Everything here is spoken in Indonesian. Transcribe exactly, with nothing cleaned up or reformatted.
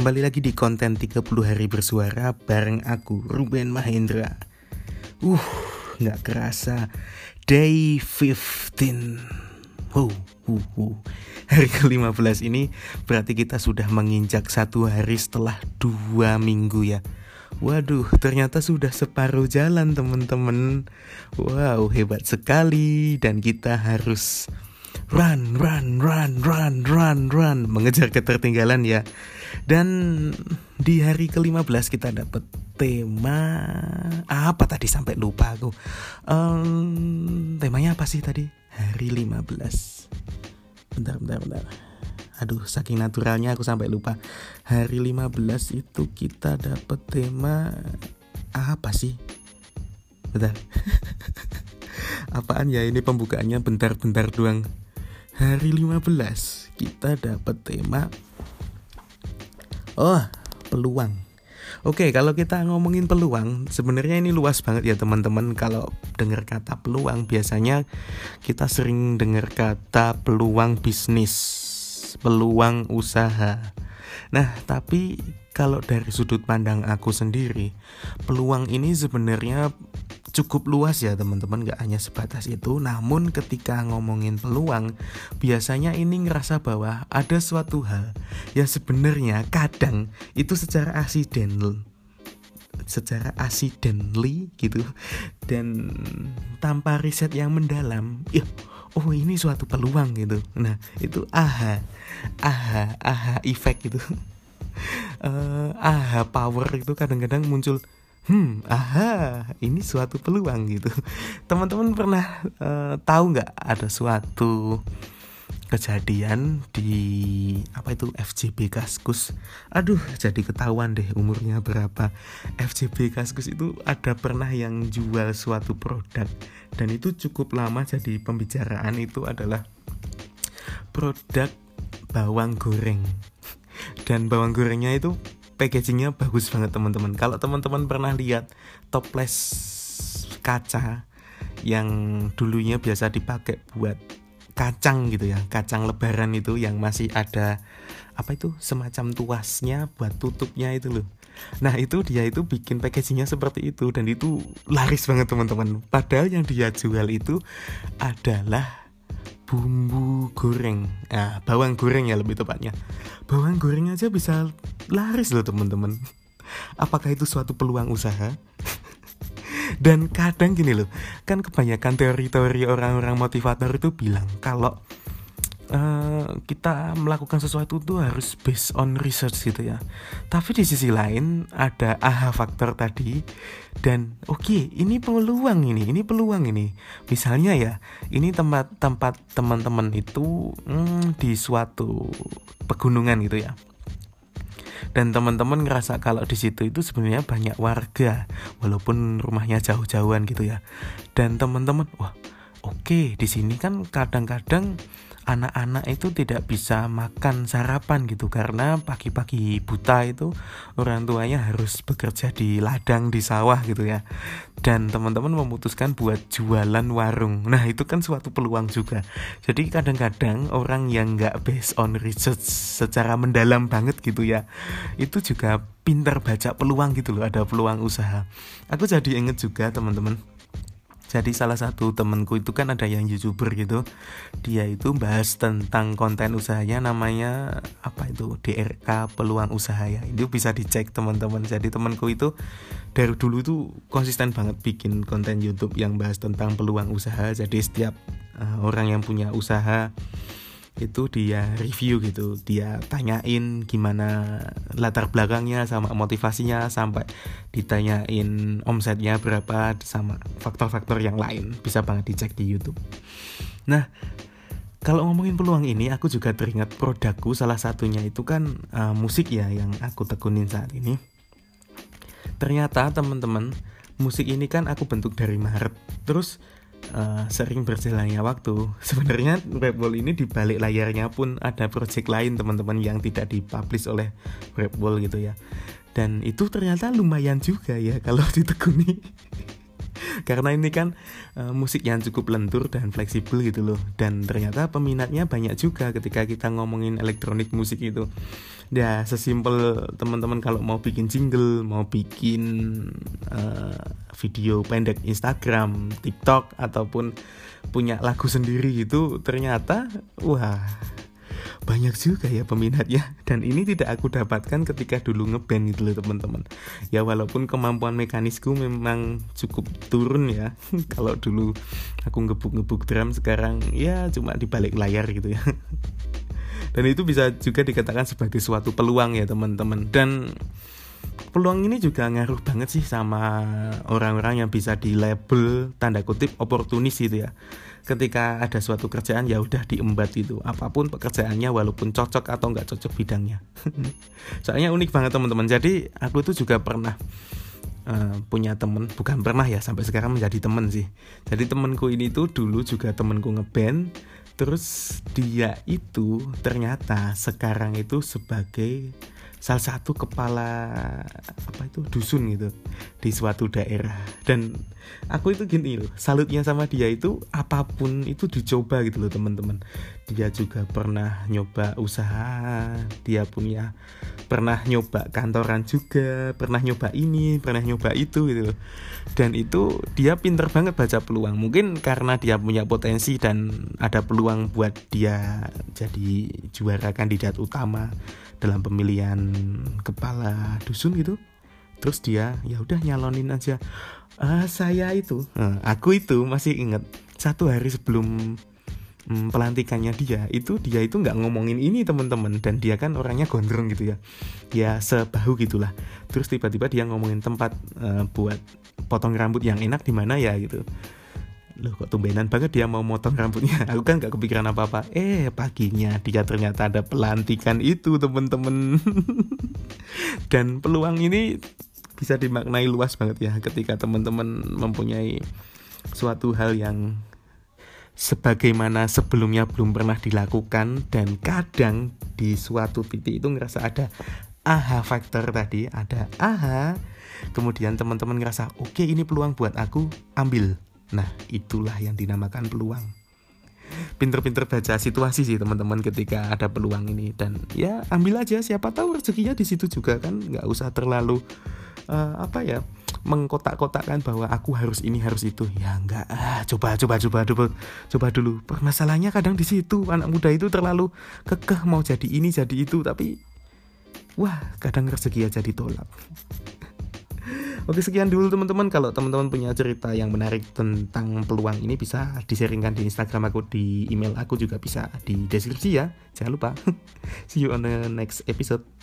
kembali lagi di konten tiga puluh hari bersuara bareng aku, Ruben Mahendra. Uh, gak kerasa Day fifteen. Wow, uh, uh. Hari ke lima belas ini berarti kita sudah menginjak satu hari setelah dua minggu ya. Waduh, ternyata sudah separuh jalan teman-teman. Wow, hebat sekali. Dan kita harus run, run, run, run, run, run, mengejar ketertinggalan ya. Dan di hari ke lima belas kita dapat tema apa tadi, sampai lupa aku. um, Temanya apa sih tadi? Hari lima belas. Bentar, bentar, bentar. Aduh, saking naturalnya aku sampai lupa. Hari lima belas itu kita dapat tema apa sih? Bentar. Apaan ya ini pembukaannya, bentar-bentar doang. Hari lima belas kita dapat tema Oh, peluang. Oke, kalau kita ngomongin peluang, sebenarnya ini luas banget ya teman-teman. Kalau dengar kata peluang, biasanya kita sering dengar kata peluang bisnis, peluang usaha. Nah, tapi kalau dari sudut pandang aku sendiri, peluang ini sebenarnya cukup luas ya teman-teman, gak hanya sebatas itu. Namun ketika ngomongin peluang, biasanya ini ngerasa bahwa ada suatu hal yang sebenarnya kadang itu secara accidental, secara accidentally gitu, dan tanpa riset yang mendalam, ya oh ini suatu peluang gitu. Nah itu aha, aha, aha effect gitu. uh, aha power itu kadang-kadang muncul. Hmm, aha, ini suatu peluang gitu. Teman-teman pernah uh, tahu nggak ada suatu kejadian di apa itu F J B Kaskus? Aduh, jadi ketahuan deh umurnya berapa. F J B Kaskus itu ada pernah yang jual suatu produk dan itu cukup lama jadi pembicaraan. Itu adalah produk bawang goreng. Dan bawang gorengnya itu packagingnya bagus banget teman-teman. Kalau teman-teman pernah lihat toples kaca yang dulunya biasa dipakai buat kacang gitu ya, kacang lebaran itu yang masih ada apa itu semacam tuasnya buat tutupnya itu loh. Nah itu dia itu bikin packagingnya seperti itu dan itu laris banget teman-teman. Padahal yang dia jual itu adalah bumbu goreng, nah, bawang goreng ya lebih tepatnya. Bawang goreng aja bisa laris loh teman-teman. Apakah itu suatu peluang usaha? Dan kadang gini loh, kan kebanyakan teori-teori orang-orang motivator itu bilang kalau uh, kita melakukan sesuatu itu harus based on research gitu ya. Tapi di sisi lain ada aha faktor tadi. Dan oke, okay, ini peluang ini, ini peluang ini. Misalnya ya, ini tempat-tempat teman-teman itu hmm, di suatu pegunungan gitu ya. Dan teman-teman ngerasa kalau di situ itu sebenarnya banyak warga, walaupun rumahnya jauh-jauhan gitu ya. Dan teman-teman, wah, oke, okay, di sini kan kadang-kadang anak-anak itu tidak bisa makan sarapan gitu karena pagi-pagi buta itu orang tuanya harus bekerja di ladang, di sawah gitu ya. Dan teman-teman memutuskan buat jualan warung. Nah itu kan suatu peluang juga. Jadi kadang-kadang orang yang gak based on research secara mendalam banget gitu ya, itu juga pintar baca peluang gitu loh, ada peluang usaha. Aku jadi inget juga teman-teman. Jadi salah satu temenku itu kan ada yang YouTuber gitu. Dia itu bahas tentang konten usahanya, namanya apa itu D R K Peluang Usaha ya. Itu bisa dicek teman-teman. Jadi temenku itu dari dulu itu konsisten banget bikin konten YouTube yang bahas tentang peluang usaha. Jadi setiap uh, orang yang punya usaha itu dia review gitu, dia tanyain gimana latar belakangnya sama motivasinya, sampai ditanyain omsetnya berapa sama faktor-faktor yang lain. Bisa banget dicek di YouTube. Nah kalau ngomongin peluang ini, aku juga teringat produkku, salah satunya itu kan uh, musik ya yang aku tekunin saat ini. Ternyata teman-teman, musik ini kan aku bentuk dari Maret. Terus Uh, sering berjalannya waktu, sebenarnya Rapwall ini di balik layarnya pun ada project lain teman-teman yang tidak dipublish oleh Rapwall gitu ya. Dan itu ternyata lumayan juga ya kalau ditekuni. Karena ini kan uh, musik yang cukup lentur dan fleksibel gitu loh. Dan ternyata peminatnya banyak juga ketika kita ngomongin elektronik musik itu. Ya sesimpel teman-teman kalau mau bikin jingle, mau bikin uh, video pendek Instagram, TikTok, ataupun punya lagu sendiri gitu, ternyata wah banyak juga ya peminatnya. Dan ini tidak aku dapatkan ketika dulu ngeband gitu loh teman-teman. Ya walaupun kemampuan mekanisku memang cukup turun ya. Kalau dulu aku ngebuk-ngebuk drum, sekarang ya cuma di balik layar gitu ya. Dan itu bisa juga dikatakan sebagai suatu peluang ya teman-teman. Dan peluang ini juga ngaruh banget sih sama orang-orang yang bisa di label tanda kutip oportunis gitu ya. Ketika ada suatu kerjaan ya udah diembat gitu, apapun pekerjaannya walaupun cocok atau nggak cocok bidangnya. Soalnya unik banget teman-teman. Jadi aku tuh juga pernah uh, punya temen, bukan pernah ya, sampai sekarang menjadi temen sih. Jadi temenku ini tuh dulu juga temenku ngeband. Terus dia itu ternyata sekarang itu sebagai salah satu kepala apa itu dusun gitu di suatu daerah. Dan aku itu gini loh, salutnya sama dia itu apapun itu dicoba gitu loh teman-teman. Dia juga pernah nyoba usaha, dia punya pernah nyoba kantoran juga, pernah nyoba ini, pernah nyoba itu gitu loh. Dan itu dia pinter banget baca peluang. Mungkin karena dia punya potensi dan ada peluang buat dia jadi juara kandidat utama dalam pemilihan kepala dusun gitu. Terus dia ya udah nyalonin aja. Uh, saya itu, uh, aku itu masih ingat satu hari sebelum um, pelantikannya dia itu dia itu nggak ngomongin ini teman-teman. Dan dia kan orangnya gondrong gitu ya, ya sebahu gitulah. Terus tiba-tiba dia ngomongin tempat uh, buat potong rambut yang enak di mana ya gitu. Loh kok tumbenan banget dia mau motong rambutnya. Aku kan gak kepikiran apa-apa. Eh paginya dia ternyata ada pelantikan itu temen-temen. Dan peluang ini bisa dimaknai luas banget ya, ketika teman-teman mempunyai suatu hal yang sebagaimana sebelumnya belum pernah dilakukan. Dan kadang di suatu titik itu ngerasa ada aha factor tadi, ada aha. Kemudian teman-teman ngerasa oke okay, ini peluang buat aku, ambil. Nah itulah yang dinamakan peluang. Pinter-pinter baca situasi sih teman-teman ketika ada peluang ini. Dan ya ambil aja, siapa tahu rezekinya di situ juga kan. Nggak usah terlalu uh, apa ya mengkotak-kotakkan bahwa aku harus ini harus itu. Ya enggak, ah, coba coba coba coba coba dulu. Permasalahannya kadang di situ, anak muda itu terlalu kekeh mau jadi ini jadi itu, tapi wah kadang rezeki aja ditolak. Oke, sekian dulu teman-teman. Kalau teman-teman punya cerita yang menarik tentang peluang ini bisa di-sharingkan di Instagram aku, di email aku juga bisa, di deskripsi ya. Jangan lupa. See you on the next episode.